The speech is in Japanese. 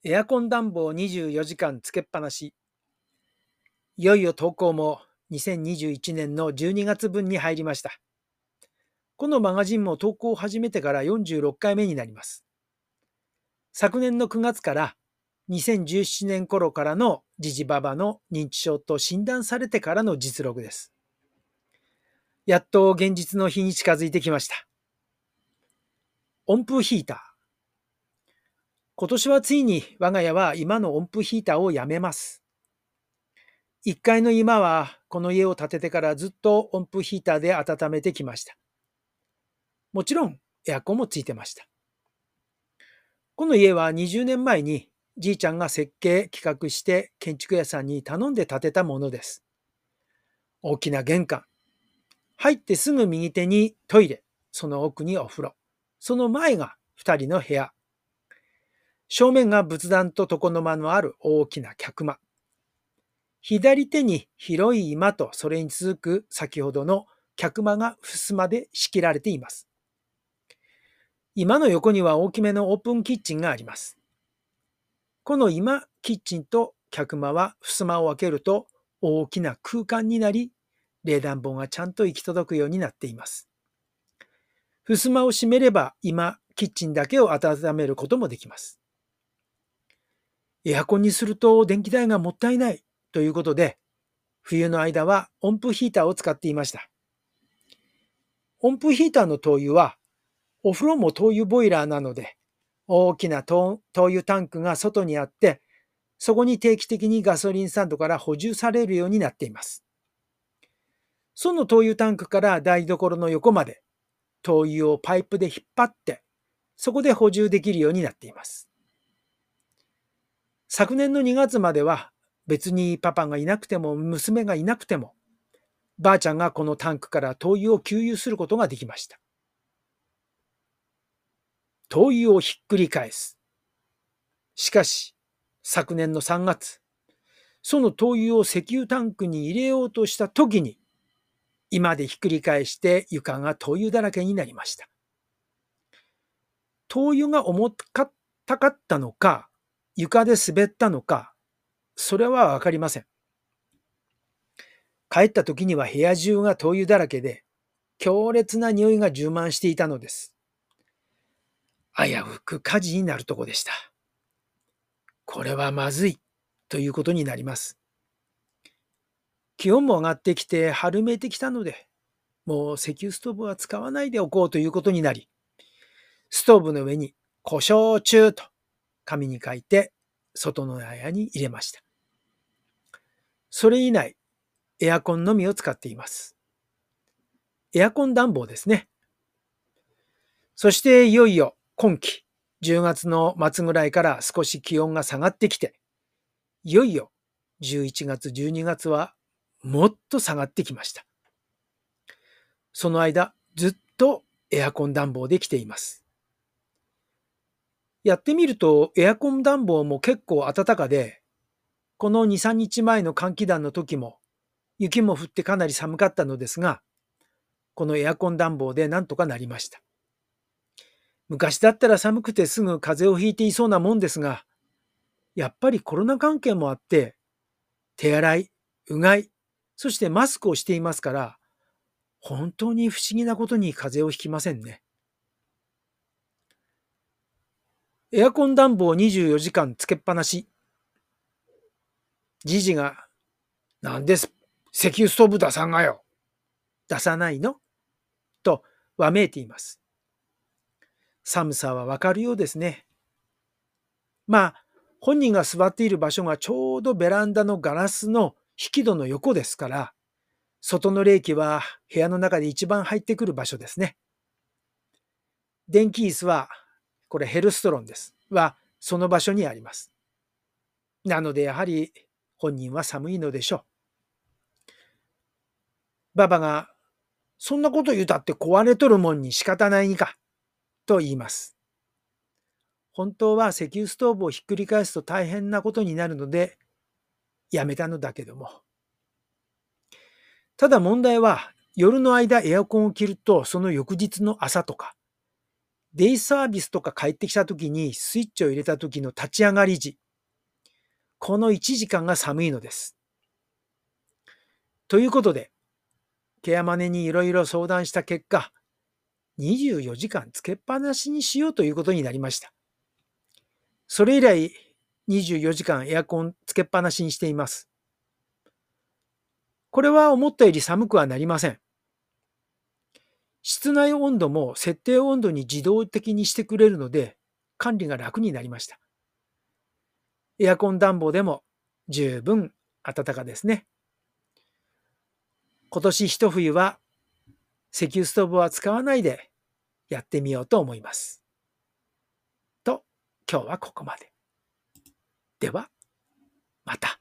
エアコン暖房24時間つけっぱなし。いよいよ投稿も2021年の12月分に入りました。このマガジンも投稿を始めてから46回目になります。昨年の9月から2017年頃からのジジババの認知症と診断されてからの実録です。やっと現実の日に近づいてきました。温風ヒーター。今年はついに我が家は今の温風ヒーターをやめます。1階の今はこの家を建ててからずっと温風ヒーターで温めてきました。もちろんエアコンもついてました。この家は20年前にじいちゃんが設計企画して建築屋さんに頼んで建てたものです。大きな玄関。入ってすぐ右手にトイレ。その奥にお風呂。その前が2人の部屋。正面が仏壇と床の間のある大きな客間。左手に広い居間とそれに続く先ほどの客間が襖で仕切られています。居間の横には大きめのオープンキッチンがあります。この居間、キッチンと客間は襖を開けると大きな空間になり、冷暖房がちゃんと行き届くようになっています。襖を閉めれば居間、キッチンだけを温めることもできます。エアコンにすると電気代がもったいないということで、冬の間は温風ヒーターを使っていました。温風ヒーターの灯油は、お風呂も灯油ボイラーなので、大きな灯油タンクが外にあって、そこに定期的にガソリンスタンドから補充されるようになっています。その灯油タンクから台所の横まで、灯油をパイプで引っ張って、そこで補充できるようになっています。昨年の2月までは、別にパパがいなくても娘がいなくても、ばあちゃんがこのタンクから灯油を給油することができました。灯油をひっくり返す。しかし、昨年の3月、その灯油を石油タンクに入れようとした時に、居間でひっくり返して床が灯油だらけになりました。灯油が重たかったのか、床で滑ったのか、それはわかりません。帰った時には部屋中が灯油だらけで、強烈な匂いが充満していたのです。危うく火事になるとこでした。これはまずいということになります。気温も上がってきて春めいてきたので、もう石油ストーブは使わないでおこうということになり、ストーブの上に故障中と紙に書いて外の部屋に入れました。それ以来、エアコンのみを使っています。エアコン暖房ですね。そしていよいよ今季10月の末ぐらいから少し気温が下がってきて、いよいよ11月、12月はもっと下がってきました。その間ずっとエアコン暖房で来ています。やってみるとエアコン暖房も結構暖かで、この2、3日前の寒気団の時も雪も降ってかなり寒かったのですが、このエアコン暖房でなんとかなりました。昔だったら寒くてすぐ風邪をひいていそうなもんですが、やっぱりコロナ関係もあって、手洗い、うがい、そしてマスクをしていますから、本当に不思議なことに風邪をひきませんね。エアコン暖房24時間つけっぱなし。じじが、なんで石油ストーブ出さんがよ。出さないのとわめいています。寒さはわかるようですね。まあ、本人が座っている場所がちょうどベランダのガラスの引き戸の横ですから、外の冷気は部屋の中で一番入ってくる場所ですね。電気椅子は、これヘルストロンです。は、その場所にあります。なのでやはり本人は寒いのでしょう。ババが、そんなこと言うたって壊れとるもんに仕方ないにか、と言います。本当は石油ストーブをひっくり返すと大変なことになるので、やめたのだけども。ただ問題は、夜の間エアコンを切ると、その翌日の朝とか、 デイサービスとか帰ってきた時にスイッチを入れた時の立ち上がり時、この1時間が寒いのです。ということで、ケアマネにいろいろ相談した結果、24時間つけっぱなしにしようということになりました。それ以来、24時間エアコンつけっぱなしにしています。これは思ったより寒くはなりません。室内温度も設定温度に自動的にしてくれるので、管理が楽になりました。エアコン暖房でも十分暖かですね。今年一冬は石油ストーブは使わないでやってみようと思います。と、今日はここまで。では、また。